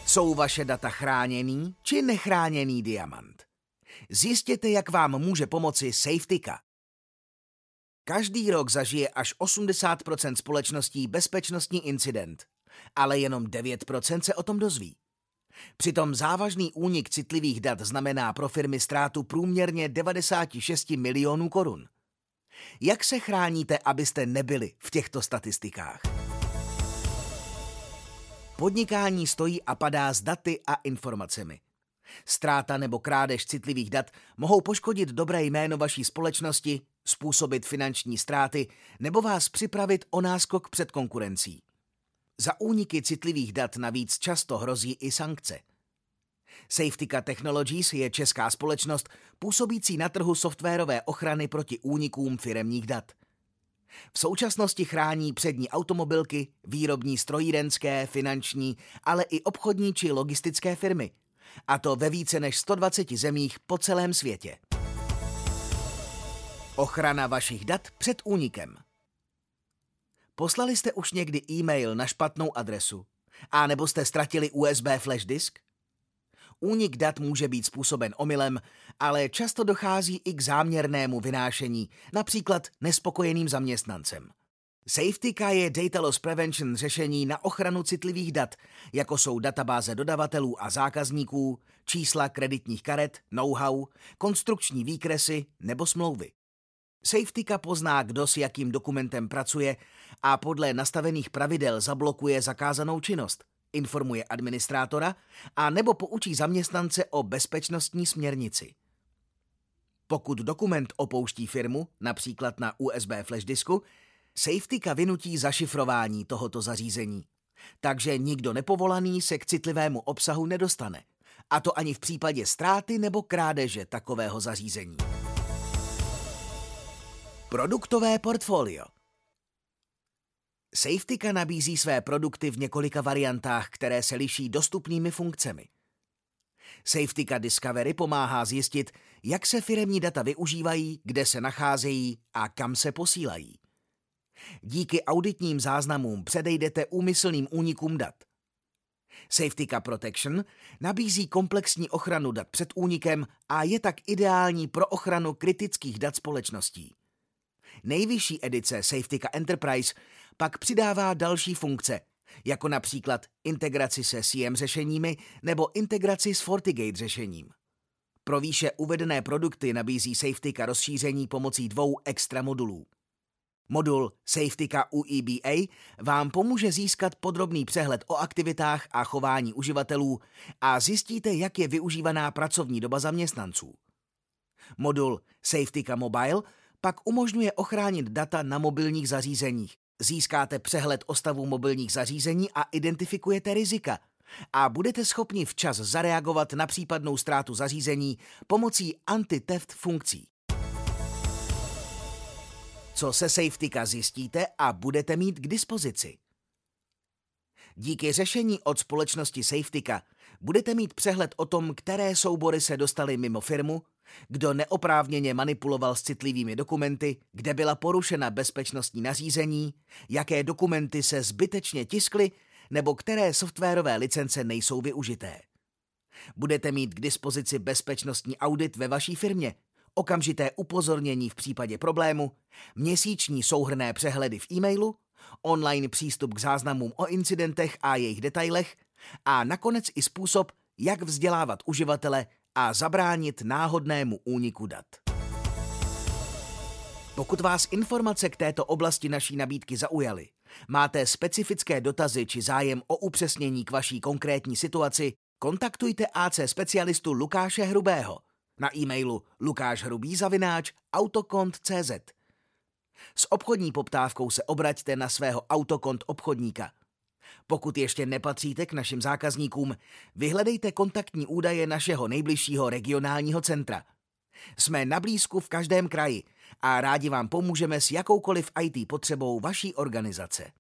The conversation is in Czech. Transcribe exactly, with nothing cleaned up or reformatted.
Jsou vaše data chráněný či nechráněný diamant? Zjistěte, jak vám může pomoci Safetika. Každý rok zažije až osmdesát procent společností bezpečnostní incident, ale jenom devět procent se o tom dozví. Přitom závažný únik citlivých dat znamená pro firmy ztrátu průměrně devadesát šest milionů korun. Jak se chráníte, abyste nebyli v těchto statistikách? Podnikání stojí a padá s daty a informacemi. Ztráta nebo krádež citlivých dat mohou poškodit dobré jméno vaší společnosti, způsobit finanční ztráty nebo vás připravit o náskok před konkurencí. Za úniky citlivých dat navíc často hrozí i sankce. Safetika Technologies je česká společnost působící na trhu softwarové ochrany proti únikům firemních dat. V současnosti chrání přední automobilky, výrobní strojírenské, finanční, ale i obchodní či logistické firmy. A to ve více než sto dvaceti zemích po celém světě. Ochrana vašich dat před únikem. Poslali jste už někdy e-mail na špatnou adresu? A nebo jste ztratili U S B flash disk? Únik dat může být způsoben omylem, ale často dochází i k záměrnému vynášení, například nespokojeným zaměstnancem. Safetika je Data Loss Prevention řešení na ochranu citlivých dat, jako jsou databáze dodavatelů a zákazníků, čísla kreditních karet, know-how, konstrukční výkresy nebo smlouvy. Safetika pozná, kdo s jakým dokumentem pracuje a podle nastavených pravidel zablokuje zakázanou činnost, informuje administrátora a nebo poučí zaměstnance o bezpečnostní směrnici. Pokud dokument opouští firmu, například na U S B flash disku, Safetika vynutí zašifrování tohoto zařízení. Takže nikdo nepovolaný se k citlivému obsahu nedostane. A to ani v případě ztráty nebo krádeže takového zařízení. Produktové portfolio. Safetika nabízí své produkty v několika variantách, které se liší dostupnými funkcemi. Safetika Discovery pomáhá zjistit, jak se firemní data využívají, kde se nacházejí a kam se posílají. Díky auditním záznamům předejdete úmyslným únikům dat. Safetika Protection nabízí komplexní ochranu dat před únikem a je tak ideální pro ochranu kritických dat společností. Nejvyšší edice Safetika Enterprise pak přidává další funkce, jako například integraci se C M řešeními nebo integraci s FortiGate řešením. Pro výše uvedené produkty nabízí Safetika rozšíření pomocí dvou extra modulů. Modul Safetika U E B A vám pomůže získat podrobný přehled o aktivitách a chování uživatelů a zjistíte, jak je využívaná pracovní doba zaměstnanců. Modul Safetika Mobile pak umožňuje ochránit data na mobilních zařízeních. Získáte přehled o stavu mobilních zařízení a identifikujete rizika. A budete schopni včas zareagovat na případnou ztrátu zařízení pomocí anti-theft funkcí. Co se Safetika zjistíte a budete mít k dispozici? Díky řešení od společnosti Safetika budete mít přehled o tom, které soubory se dostaly mimo firmu, kdo neoprávněně manipuloval s citlivými dokumenty, kde byla porušena bezpečnostní nařízení, jaké dokumenty se zbytečně tiskly nebo které softwarové licence nejsou využité. Budete mít k dispozici bezpečnostní audit ve vaší firmě, okamžité upozornění v případě problému, měsíční souhrnné přehledy v e-mailu, online přístup k záznamům o incidentech a jejich detailech a nakonec i způsob, jak vzdělávat uživatele a zabránit náhodnému úniku dat. Pokud vás informace k této oblasti naší nabídky zaujaly, máte specifické dotazy či zájem o upřesnění k vaší konkrétní situaci, kontaktujte A C specialistu Lukáše Hrubého na e-mailu lukášhrubý zavináč autokont tečka cé zet. S obchodní poptávkou se obraťte na svého Autokont obchodníka. Pokud ještě nepatříte k našim zákazníkům, vyhledejte kontaktní údaje našeho nejbližšího regionálního centra. Jsme na blízku v každém kraji a rádi vám pomůžeme s jakoukoliv í té potřebou vaší organizace.